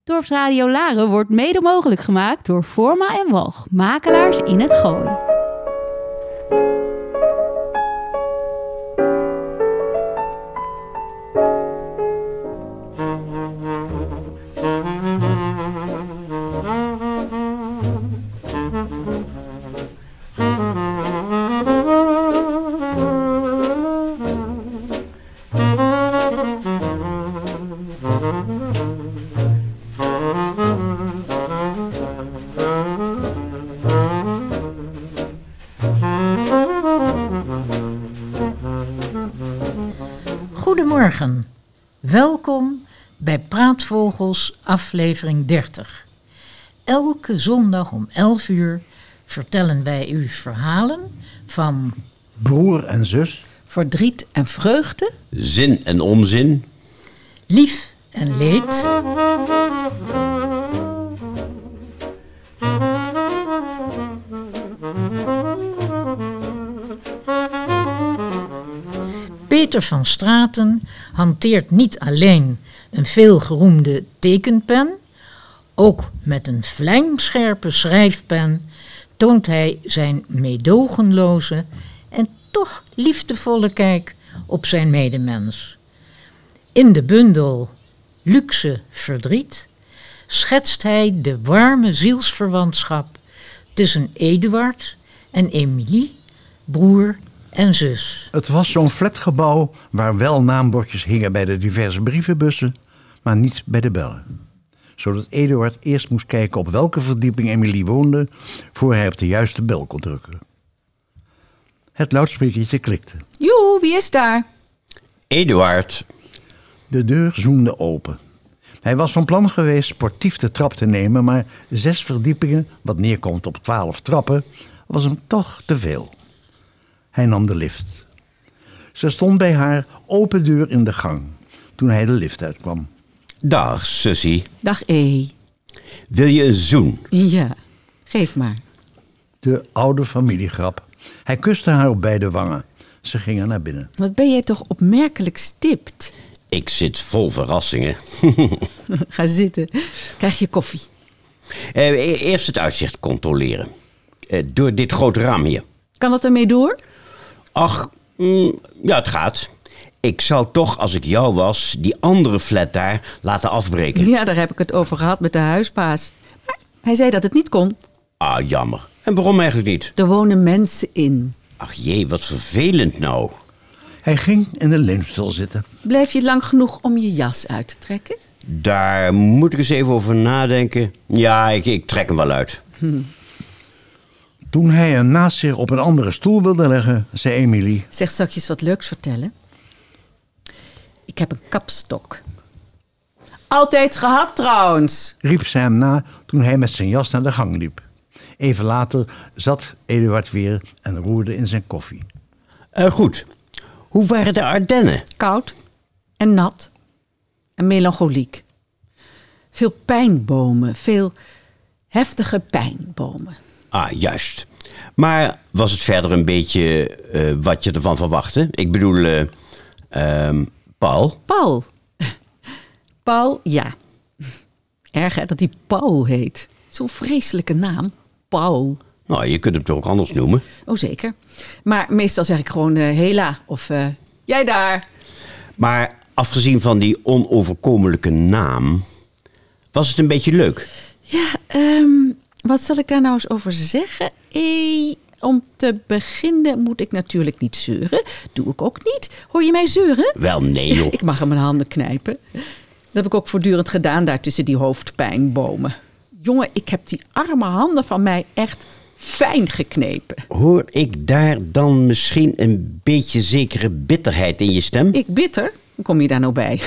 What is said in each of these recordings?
Dorpsradio Laren wordt mede mogelijk gemaakt door Forma en Walch, makelaars in het Gooi. Goedemorgen, welkom bij Praatvogels aflevering 30. Elke zondag om 11 uur vertellen wij u verhalen van broer en zus, verdriet en vreugde, zin en onzin, lief en leed, Peter van Straten hanteert niet alleen een veelgeroemde tekenpen, ook met een vlijmscherpe schrijfpen toont hij zijn meedogenloze en toch liefdevolle kijk op zijn medemens. In de bundel Luxe Verdriet schetst hij de warme zielsverwantschap tussen Eduard en Emilie, broer en zus. Het was zo'n flatgebouw waar wel naambordjes hingen bij de diverse brievenbussen, maar niet bij de bellen. Zodat Eduard eerst moest kijken op welke verdieping Emilie woonde, voor hij op de juiste bel kon drukken. Het luidsprekertje klikte. Joe, wie is daar? Eduard. De deur zoemde open. Hij was van plan geweest sportief de trap te nemen, maar 6 verdiepingen, wat neerkomt op 12 trappen, was hem toch te veel. Hij nam de lift. Ze stond bij haar open deur in de gang toen hij de lift uitkwam. Dag, sussie. Dag E. Wil je een zoen? Ja, geef maar. De oude familiegrap. Hij kuste haar op beide wangen. Ze gingen naar binnen. Wat ben jij toch opmerkelijk stipt. Ik zit vol verrassingen. Ga zitten. Krijg je koffie. Eerst het uitzicht controleren. Door dit grote raam hier. Kan dat ermee door? Ach, ja, het gaat. Ik zou toch, als ik jou was, die andere flat daar laten afbreken. Ja, daar heb ik het over gehad met de huisbaas. Maar hij zei dat het niet kon. Ah, jammer. En waarom eigenlijk niet? Er wonen mensen in. Ach jee, wat vervelend nou. Hij ging in de leunstoel zitten. Blijf je lang genoeg om je jas uit te trekken? Daar moet ik eens even over nadenken. Ja, ik trek hem wel uit. Toen hij hem naast zich op een andere stoel wilde leggen, zei Emilie: Zeg, zal ik je eens wat leuks vertellen? Ik heb een kapstok. Altijd gehad trouwens. riep ze hem na toen hij met zijn jas naar de gang liep. Even later zat Eduard weer en roerde in zijn koffie. Goed. Hoe waren de Ardennen? Koud en nat en melancholiek. Veel pijnbomen, veel heftige pijnbomen. Ah, juist. Maar was het verder een beetje wat je ervan verwachtte? Ik bedoel, Paul? Paul. Paul, ja. Erg hè, dat hij Paul heet. Zo'n vreselijke naam. Paul. Nou, je kunt hem toch ook anders noemen? Oh, zeker. Maar meestal zeg ik gewoon Hela of jij daar. Maar afgezien van die onoverkomelijke naam, was het een beetje leuk? Ja, wat zal ik daar nou eens over zeggen? Om te beginnen moet ik natuurlijk niet zeuren. Doe ik ook niet. Hoor je mij zeuren? Wel, nee joh. Ik mag in mijn handen knijpen. Dat heb ik ook voortdurend gedaan daar tussen die hoofdpijnbomen. Jongen, ik heb die arme handen van mij echt fijn geknepen. Hoor ik daar dan misschien een beetje zekere bitterheid in je stem? Ik bitter? Hoe kom je daar nou bij?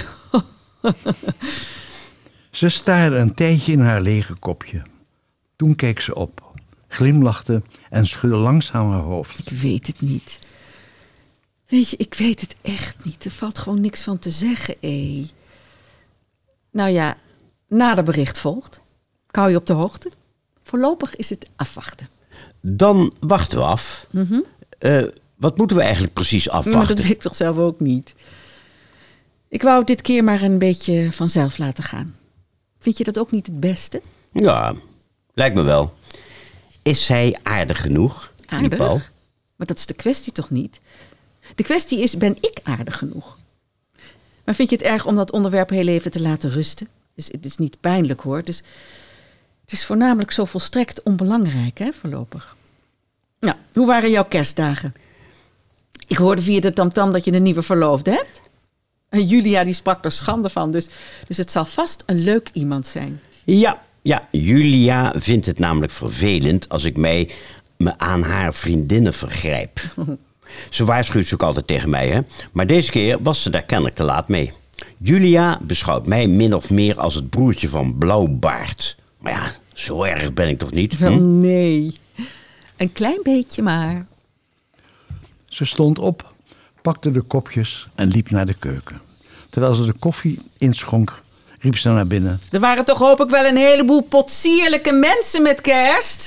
Ze staarde een tijdje in haar lege kopje. Toen keek ze op, glimlachte en schudde langzaam haar hoofd. Ik weet het niet. Weet je, ik weet het echt niet. Er valt gewoon niks van te zeggen, Nou ja, nader bericht volgt. Ik hou je op de hoogte. Voorlopig is het afwachten. Dan wachten we af. Wat moeten we eigenlijk precies Maar afwachten? dat weet ik toch zelf ook niet. Ik wou het dit keer maar een beetje vanzelf laten gaan. Vind je dat ook niet het beste? Ja, lijkt me wel. Is zij aardig genoeg, die Aardig? Paul? Maar dat is de kwestie toch niet? De kwestie is, ben ik aardig genoeg? Maar vind je het erg om dat onderwerp heel even te laten rusten? Dus het is niet pijnlijk hoor. Het is voornamelijk zo volstrekt onbelangrijk, hè, voorlopig. Nou, hoe waren jouw kerstdagen? Ik hoorde via de tamtam dat je een nieuwe verloofde hebt. En Julia die sprak er schande van, dus het zal vast een leuk iemand zijn. Ja, Julia vindt het namelijk vervelend als ik me aan haar vriendinnen vergrijp. Ze waarschuwt ze ook altijd tegen mij, hè. Maar deze keer was ze daar kennelijk te laat mee. Julia beschouwt mij min of meer als het broertje van Blauwbaard. Maar ja, zo erg ben ik toch niet? Wel, nee. Een klein beetje maar. Ze stond op, pakte de kopjes en liep naar de keuken. Terwijl ze de koffie inschonk, riep ze naar binnen. Er waren toch hoop ik wel een heleboel potsierlijke mensen met kerst?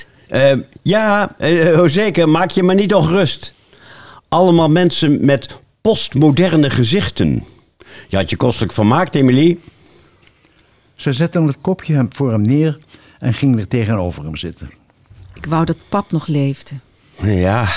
Zeker, maak je maar niet ongerust. Allemaal mensen met postmoderne gezichten. Je had je kostelijk vermaakt, Emilie. Ze zette het kopje voor hem neer en ging weer tegenover hem zitten. Ik wou dat pap nog leefde. Ja,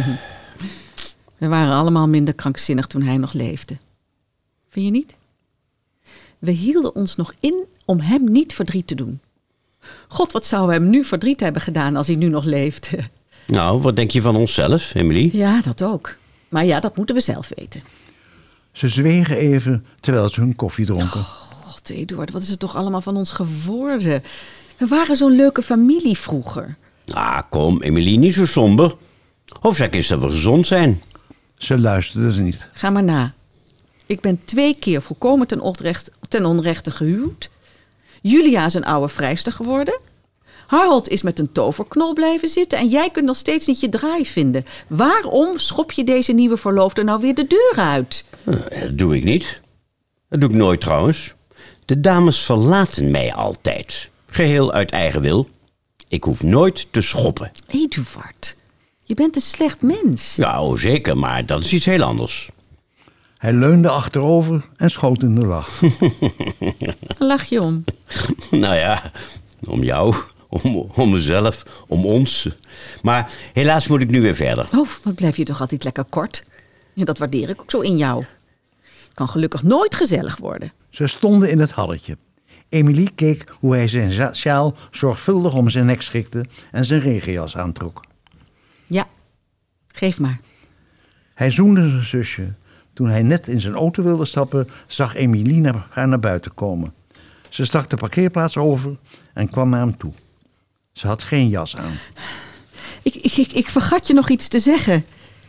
We waren allemaal minder krankzinnig toen hij nog leefde. Vind je niet? We hielden ons nog in om hem niet verdriet te doen. God, wat zou hem nu verdriet hebben gedaan als hij nu nog leefde? nou, wat denk je van onszelf, Emilie? Ja, dat ook. Maar ja, dat moeten we zelf weten. Ze zwegen even terwijl ze hun koffie dronken. God, Eduard, wat is er toch allemaal van ons geworden? We waren zo'n leuke familie vroeger. Ah, kom, Emilie, niet zo somber. Hoofdzaak is dat we gezond zijn. Ze luisterde niet. Ga maar na. Ik ben 2 keer volkomen ten onrechte gehuwd. Julia is een oude vrijster geworden. Harold is met een toverknol blijven zitten en jij kunt nog steeds niet je draai vinden. Waarom schop je deze nieuwe verloofde nou weer de deur uit? Dat doe ik niet. Dat doe ik nooit trouwens. De dames verlaten mij altijd. Geheel uit eigen wil. Ik hoef nooit te schoppen. Eduard, je bent een slecht mens. Ja, oh, zeker, maar dat is iets heel anders. Hij leunde achterover en schoot in de lach. Lach je om. Nou ja, om jou, om mezelf, om ons. Maar helaas moet ik nu weer verder. Oh, wat blijf je toch altijd lekker kort. Ja, dat waardeer ik ook zo in jou. Kan gelukkig nooit gezellig worden. Ze stonden in het halletje. Emilie keek hoe hij zijn sjaal zorgvuldig om zijn nek schikte en zijn regenjas aantrok. Ja, geef maar. Hij zoende zijn zusje. Toen hij net in zijn auto wilde stappen, zag Emilie haar naar buiten komen. Ze stak de parkeerplaats over en kwam naar hem toe. Ze had geen jas aan. Ik vergat je nog iets te zeggen.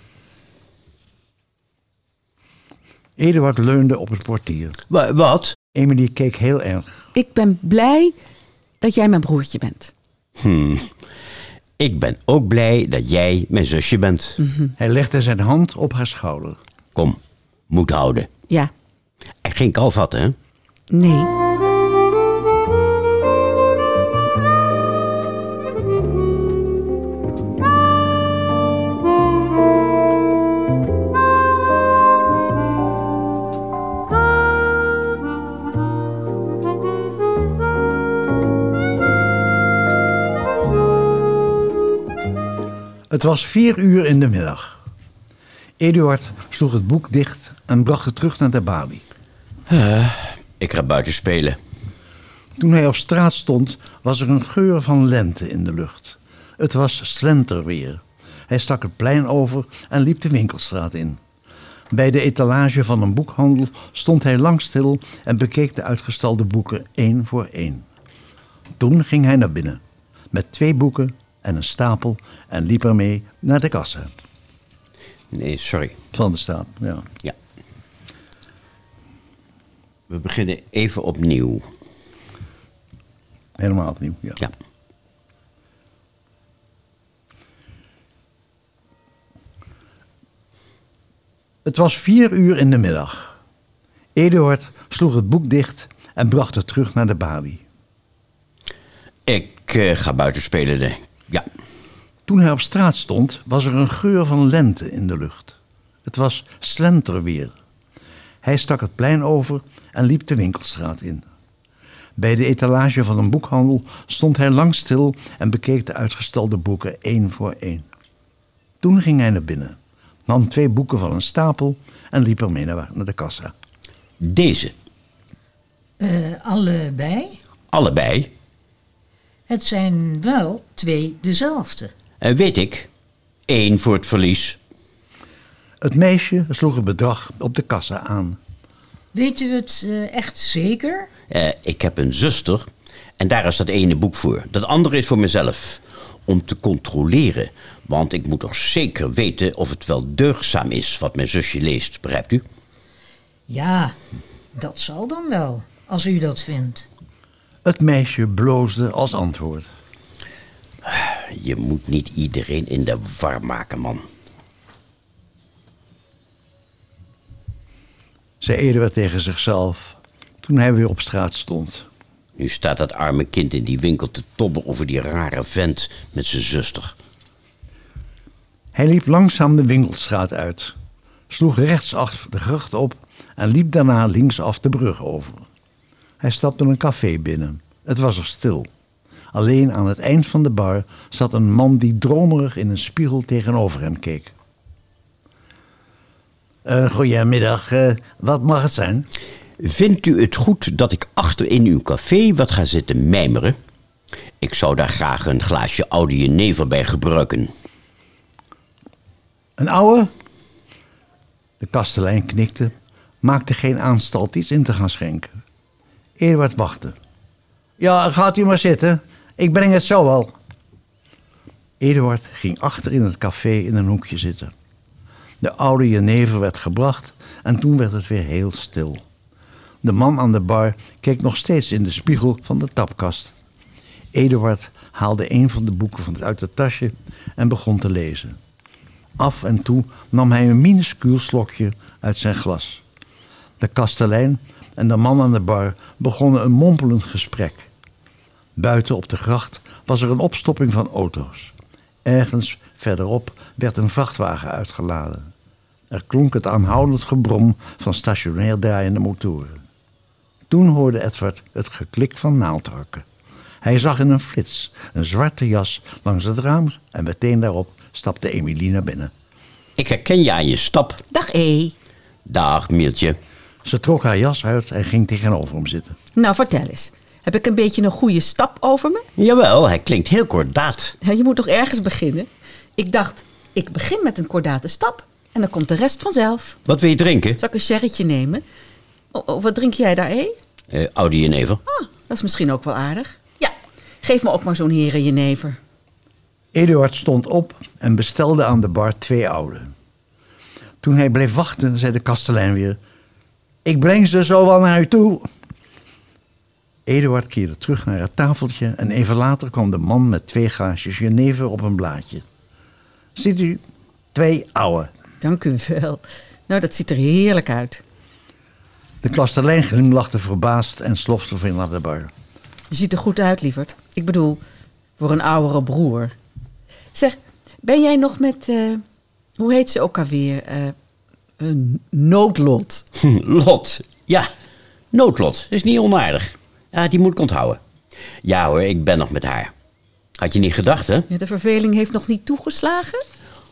Eduard leunde op het portier. Wat? Emilie keek heel erg. Ik ben blij dat jij mijn broertje bent. Ik ben ook blij dat jij mijn zusje bent. Hij legde zijn hand op haar schouder. Kom, moed houden. Ja, En geen kalf vatten, hè? nee. Het was 4 uur in de middag. Eduard sloeg het boek dicht en bracht het terug naar de balie. Ik ga buiten spelen. Toen hij op straat stond, was er een geur van lente in de lucht. Het was slenterweer. Hij stak het plein over en liep de winkelstraat in. Bij de etalage van een boekhandel stond hij lang stil en bekeek de uitgestalde boeken 1 voor 1. Toen ging hij naar binnen, met 2 boeken en een stapel en liep ermee naar de kassa. Nee, sorry. Van de stapel, ja. Ja. We beginnen even opnieuw. Helemaal opnieuw, ja. Ja. Het was 4 uur in de middag. Eduard sloeg het boek dicht en bracht het terug naar de balie. Ik ga buiten spelen, nee. Ja. Toen hij op straat stond, was er een geur van lente in de lucht. Het was slenterweer. Hij stak het plein over en liep de winkelstraat in. Bij de etalage van een boekhandel stond hij lang stil en bekeek de uitgestelde boeken één voor één. Toen ging hij naar binnen, nam 2 boeken van een stapel en liep ermee naar de kassa. Deze. Allebei? Allebei. Het zijn wel 2 dezelfde. Weet ik. 1 voor het verlies. Het meisje sloeg het bedrag op de kassa aan. Weet u het echt zeker? Ik heb een zuster en daar is dat ene boek voor. Dat andere is voor mezelf. Om te controleren. Want ik moet toch zeker weten of het wel deugdzaam is wat mijn zusje leest. Begrijpt u? Ja, dat zal dan wel, als u dat vindt. Het meisje bloosde als antwoord. Je moet niet iedereen in de war maken, man. Zei Eduard tegen zichzelf toen hij weer op straat stond. Nu staat dat arme kind in die winkel te tobben over die rare vent met zijn zuster. Hij liep langzaam de winkelstraat uit, sloeg rechtsaf de gracht op en liep daarna linksaf de brug over. Hij stapte een café binnen. Het was er stil. Alleen aan het eind van de bar zat een man die dromerig in een spiegel tegenover hem keek. Goedemiddag, wat mag het zijn? Vindt u het goed dat ik achter in uw café wat ga zitten mijmeren? Ik zou daar graag een glaasje oude jenever bij gebruiken. Een ouwe? De kastelein knikte, maakte geen aanstalt iets in te gaan schenken. Eduard wachtte. Ja, gaat u maar zitten. Ik breng het zo wel. Eduard ging achter in het café in een hoekje zitten. De oude jenever werd gebracht en toen werd het weer heel stil. De man aan de bar keek nog steeds in de spiegel van de tapkast. Eduard haalde een van de boeken uit het tasje en begon te lezen. Af en toe nam hij een minuscuul slokje uit zijn glas. De kastelein en de man aan de bar begonnen een mompelend gesprek. Buiten op de gracht was er een opstopping van auto's. Ergens verderop werd een vrachtwagen uitgeladen. Er klonk het aanhoudend gebrom van stationair draaiende motoren. Toen hoorde Edward het geklik van naaldhakken. Hij zag in een flits een zwarte jas langs het raam en meteen daarop stapte Emilie naar binnen. Ik herken je aan je stap. Dag E. Dag, Mieltje. Ze trok haar jas uit en ging tegenover hem zitten. Nou, vertel eens. Heb ik een beetje een goede stap over me? Jawel, hij klinkt heel kordaat. Ja, je moet toch ergens beginnen? Ik dacht, ik begin met een kordate stap en dan komt de rest vanzelf. Wat wil je drinken? Zal ik een sherrytje nemen? Wat drink jij daar, E? Oude jenever. Ah, dat is misschien ook wel aardig. Ja, geef me ook maar zo'n herenjenever. Eduard stond op en bestelde aan de bar 2 oude. Toen hij bleef wachten, zei de kastelein weer: ik breng ze zo wel naar u toe. Eduard keerde terug naar het tafeltje en even later kwam de man met 2 glaasjes jenever op een blaadje. Ziet u, 2 oude. Dank u wel. Nou, dat ziet er heerlijk uit. De kastelein glimlachte verbaasd en slofte weer naar de bar. Je ziet er goed uit, lieverd. Ik bedoel, voor een oudere broer. Zeg, ben jij nog met, hoe heet ze ook alweer? Een noodlot. Lot. Ja, noodlot. Dat is niet onaardig. Ja, die moet ik onthouden. Ja hoor, ik ben nog met haar. Had je niet gedacht, hè? Ja, de verveling heeft nog niet toegeslagen?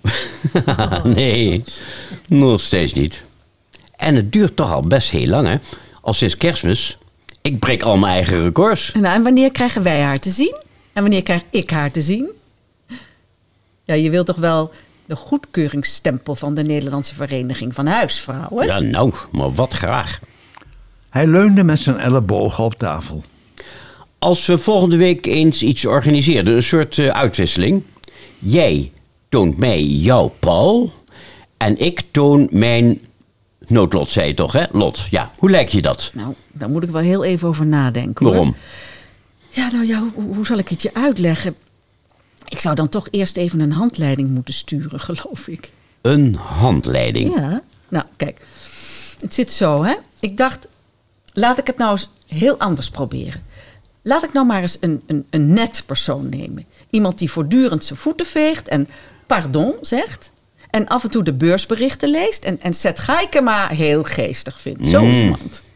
Nee, nog steeds niet. En het duurt toch al best heel lang, hè? Al sinds Kerstmis. Ik breek al mijn eigen records. Nou, en wanneer krijgen wij haar te zien? En wanneer krijg ik haar te zien? Ja, je wilt toch wel de goedkeuringsstempel van de Nederlandse Vereniging van Huisvrouwen? Ja, nou, maar wat graag. Hij leunde met zijn ellebogen op tafel. Als we volgende week eens iets organiseerden, een soort uitwisseling. Jij toont mij jouw Paul en ik toon mijn noodlot, zei je toch, hè? Lot, ja. Hoe lijkt je dat? Nou, daar moet ik wel heel even over nadenken, hoor. Waarom? Ja, nou ja, hoe zal ik het je uitleggen? Ik zou dan toch eerst even een handleiding moeten sturen, geloof ik. Een handleiding. Ja, nou kijk, het zit zo, hè. Ik dacht, laat ik het nou eens heel anders proberen. Laat ik nou maar eens een net persoon nemen. Iemand die voortdurend zijn voeten veegt en pardon zegt. En af en toe de beursberichten leest en Seth Gaikema heel geestig vindt. Zo iemand.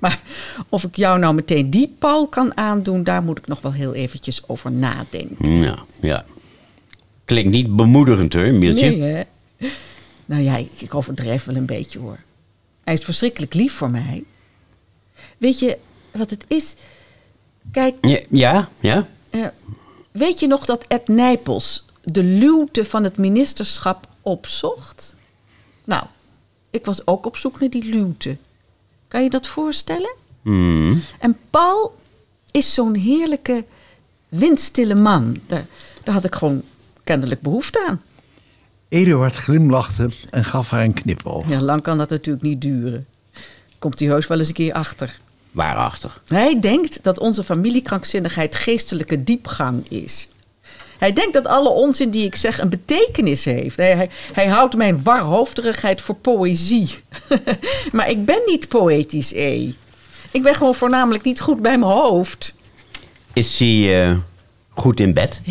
Maar of ik jou nou meteen die Paul kan aandoen, daar moet ik nog wel heel eventjes over nadenken. Ja. Klinkt niet bemoedigend hoor, Mieltje. Nee, hè? Nou ja, ik overdrijf wel een beetje hoor. Hij is verschrikkelijk lief voor mij. Weet je wat het is? Kijk, Ja? weet je nog dat Ed Nijpels de luwte van het ministerschap opzocht? Nou, ik was ook op zoek naar die luwte. Kan je dat voorstellen? En Paul is zo'n heerlijke, windstille man. Daar had ik gewoon kennelijk behoefte aan. Eduard glimlachte en gaf haar een knipoog. Ja, lang kan dat natuurlijk niet duren. Komt hij heus wel eens een keer achter. Waarachter. Hij denkt dat onze familiekrankzinnigheid geestelijke diepgang is. Hij denkt dat alle onzin die ik zeg een betekenis heeft. Hij houdt mijn warhoofdigheid voor poëzie. Maar ik ben niet poëtisch, Ik ben gewoon voornamelijk niet goed bij mijn hoofd. Is hij goed in bed?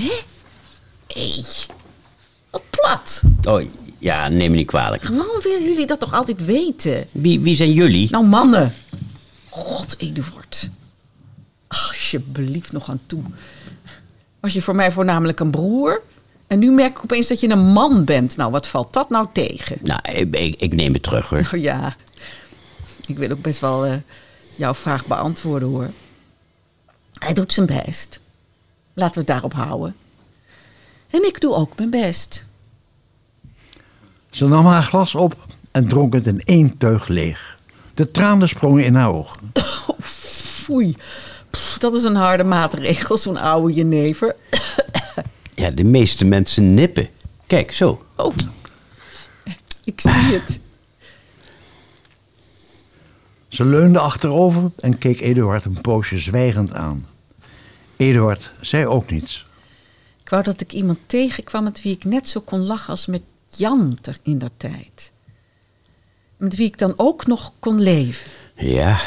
Wat plat. Oh, ja, neem me niet kwalijk. Waarom willen jullie dat toch altijd weten? Wie zijn jullie? Nou, mannen. God, Eduard. Alsjeblieft nog aan toe. Was je voor mij voornamelijk een broer? En nu merk ik opeens dat je een man bent. Nou, wat valt dat nou tegen? Nou, ik neem het terug hoor. Nou ja, ik wil ook best wel jouw vraag beantwoorden hoor. Hij doet zijn best. Laten we het daarop houden. En ik doe ook mijn best. Ze nam haar glas op en dronk het in 1 teug leeg. De tranen sprongen in haar ogen. Foei. Dat is een harde maatregel, zo'n oude jenever. Ja, de meeste mensen nippen. Kijk, zo. Oh, ik zie het. Ze leunde achterover en keek Eduard een poosje zwijgend aan. Eduard zei ook niets. Ik wou dat ik iemand tegenkwam met wie ik net zo kon lachen als met Jan indertijd. Met wie ik dan ook nog kon leven. Ja.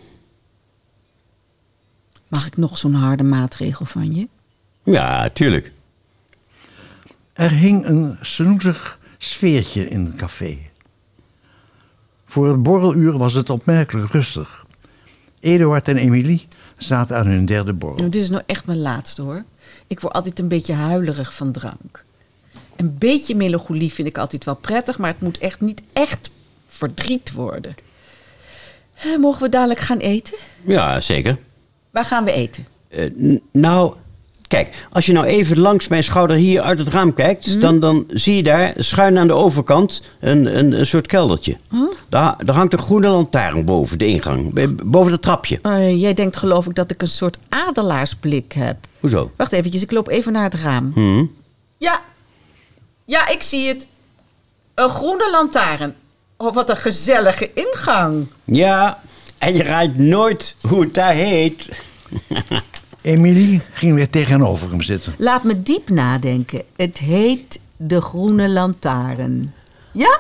Mag ik nog zo'n harde maatregel van je? Ja, tuurlijk. Er hing een snoezig sfeertje in het café. Voor het borreluur was het opmerkelijk rustig. Eduard en Emilie zaten aan hun 3e borrel. Nou, dit is nou echt mijn laatste hoor. Ik word altijd een beetje huilerig van drank. Een beetje melancholie vind ik altijd wel prettig, maar het moet echt niet echt verdriet worden. Mogen we dadelijk gaan eten? Ja, zeker. Waar gaan we eten? Nou, kijk, als je nou even langs mijn schouder hier uit het raam kijkt, dan zie je daar schuin aan de overkant een soort keldertje. Daar hangt een groene lantaarn boven de ingang, boven het trapje. Jij denkt geloof ik dat ik een soort adelaarsblik heb. Hoezo? Wacht eventjes, ik loop even naar het raam. Ja, ik zie het. Een groene lantaarn. Oh, wat een gezellige ingang. Ja, en je raadt nooit hoe het daar heet. Emilie ging weer tegenover hem zitten. Laat me diep nadenken. Het heet de Groene Lantaarn. Ja?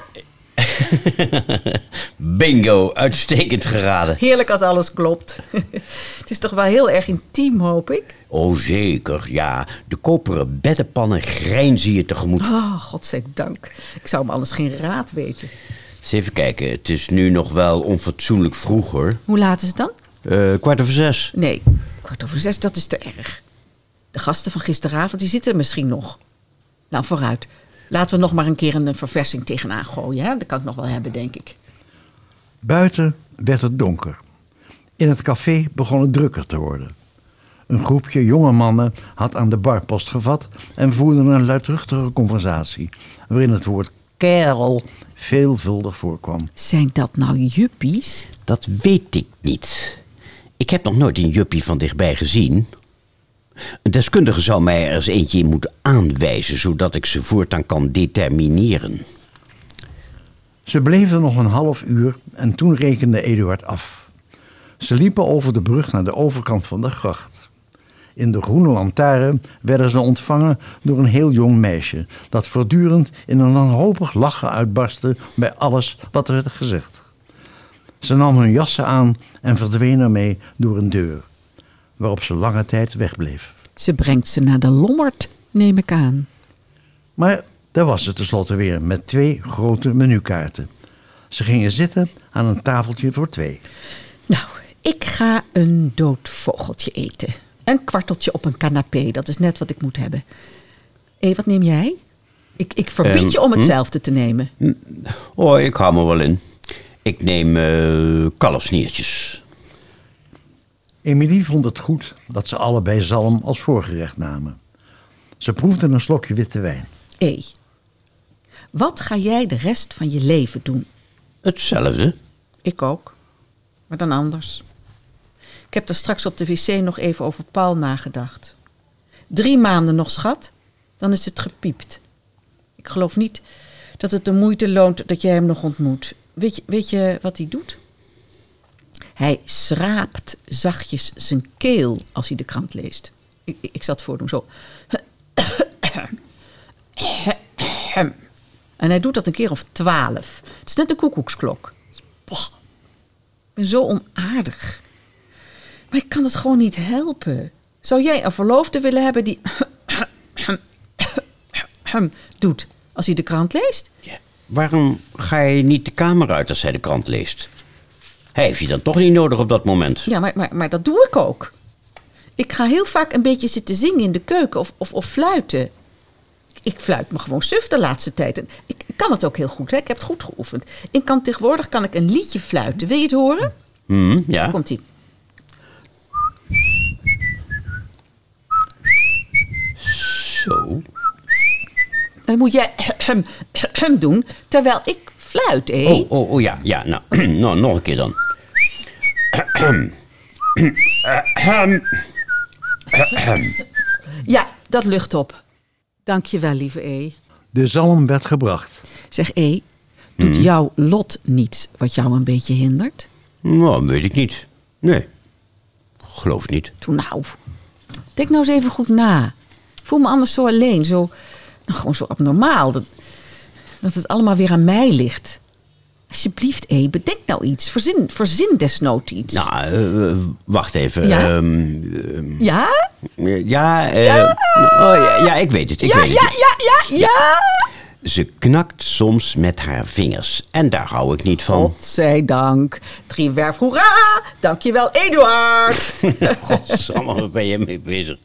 Bingo, uitstekend geraden. Heerlijk als alles klopt. Het is toch wel heel erg intiem, hoop ik? Oh, zeker, ja. De koperen beddenpannen grijnzen je tegemoet. Oh, godzijdank. Ik zou me anders geen raad weten. Eens even kijken, het is nu nog wel onfatsoenlijk vroeg, hoor. Hoe laat is het dan? 5:15. Nee, 5:15, dat is te erg. De gasten van gisteravond, die zitten er misschien nog. Nou, vooruit. Laten we nog maar een keer een verversing tegenaan gooien. Hè? Dat kan ik nog wel hebben, denk ik. Buiten werd het donker. In het café begon het drukker te worden. Een groepje jonge mannen had aan de barpost gevat en voerde een luidruchtige conversatie, waarin het woord kerel veelvuldig voorkwam. Zijn dat nou juppies? Dat weet ik niet. Ik heb nog nooit een juppie van dichtbij gezien. Een deskundige zou mij er eens eentje in moeten aanwijzen, zodat ik ze voortaan kan determineren. Ze bleven nog een half uur en toen rekende Eduard af. Ze liepen over de brug naar de overkant van de gracht. In de Groene Lantaarn werden ze ontvangen door een heel jong meisje, dat voortdurend in een wanhopig lachen uitbarstte bij alles wat er werd gezegd. Ze nam hun jassen aan en verdween ermee door een deur, waarop ze lange tijd wegbleef. Ze brengt ze naar de Lommerd, neem ik aan. Maar daar was ze tenslotte weer met 2 grote menukaarten. Ze gingen zitten aan een tafeltje voor 2. Nou, Ik ga een dood vogeltje eten. Een kwarteltje op een canapé, dat is net wat ik moet hebben. Wat neem jij? Ik verbied je om hetzelfde te nemen. Oh, ik hou me wel in. Ik neem kalfsniertjes. Emilie vond het goed dat ze allebei zalm als voorgerecht namen. Ze proefden een slokje witte wijn. Wat ga jij de rest van je leven doen? Hetzelfde. Ik ook, maar dan anders. Ik heb er straks op de wc nog even over Paul nagedacht. 3 maanden nog, schat, dan is het gepiept. Ik geloof niet dat het de moeite loont dat jij hem nog ontmoet. Weet je wat hij doet? Hij schraapt zachtjes zijn keel als hij de krant leest. Ik zal het voordoen, zo. En hij doet dat een keer of 12. Het is net een koekoeksklok. Boah, ik ben zo onaardig. Maar ik kan het gewoon niet helpen. Zou jij een verloofde willen hebben die doet als hij de krant leest? Ja. Waarom ga je niet de kamer uit als hij de krant leest? Hij heeft je dan toch niet nodig op dat moment. Ja, maar dat doe ik ook. Ik ga heel vaak een beetje zitten zingen in de keuken of fluiten. Ik fluit me gewoon suf de laatste tijd. En ik kan het ook heel goed, hè? Ik heb het goed geoefend. Tegenwoordig kan ik een liedje fluiten. Wil je het horen? Ja. Komt-ie. Zo. Dan moet jij doen terwijl ik fluit, hé? Oh, ja. Nou, nog een keer dan. Ja, dat lucht op. Dank je wel, lieve E. De zalm werd gebracht. Zeg E, doet jouw lot niets wat jou een beetje hindert? Nou, weet ik niet. Nee. Geloof niet. Doe nou. Denk nou eens even goed na. Ik voel me anders zo alleen, gewoon zo abnormaal. Dat het allemaal weer aan mij ligt. Alsjeblieft, E, bedenk nou iets. Verzin desnoods iets. Nou, wacht even. Ja? Ja? Ja, ik weet het. Ja. Ze knakt soms met haar vingers. En daar hou ik niet van. Godzijdank. Driewerf, hoera! Dankjewel, Eduard. Godsamme, waar ben je mee bezig?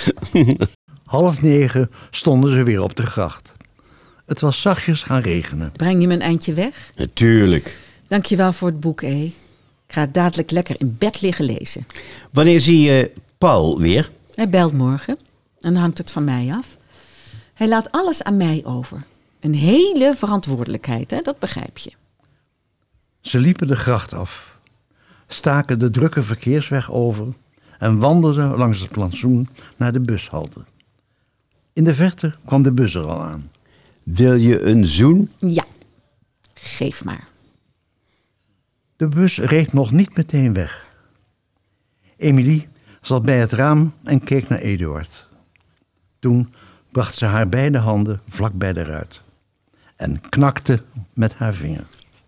8:30 stonden ze weer op de gracht. Het was zachtjes gaan regenen. Breng je me een eindje weg? Natuurlijk. Dankjewel voor het boek, E. Ik ga dadelijk lekker in bed liggen lezen. Wanneer zie je Paul weer? Hij belt morgen en hangt het van mij af. Hij laat alles aan mij over. Een hele verantwoordelijkheid, hè? Dat begrijp je. Ze liepen de gracht af, staken de drukke verkeersweg over en wandelden langs het plantsoen naar de bushalte. In de verte kwam de bus er al aan. Wil je een zoen? Ja, geef maar. De bus reed nog niet meteen weg. Emilie zat bij het raam en keek naar Eduard. Toen bracht ze haar beide handen vlak bij de ruit en knakte met haar vinger.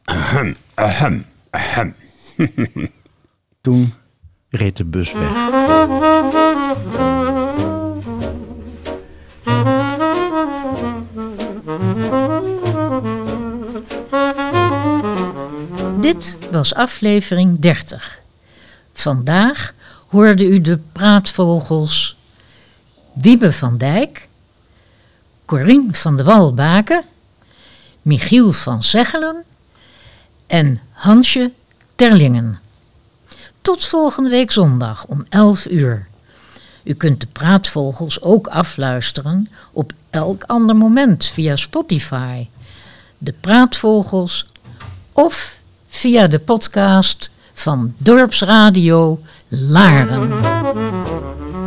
Toen reed de bus weg. Dit was aflevering 30. Vandaag hoorde u de praatvogels Wiebe van Dijk, Corien van de Walbaken, Michiel van Zeggelen en Hansje Terlingen. Tot volgende week zondag om 11 uur. U kunt de praatvogels ook afluisteren op elk ander moment via Spotify, de praatvogels of via de podcast van Dorpsradio Laren.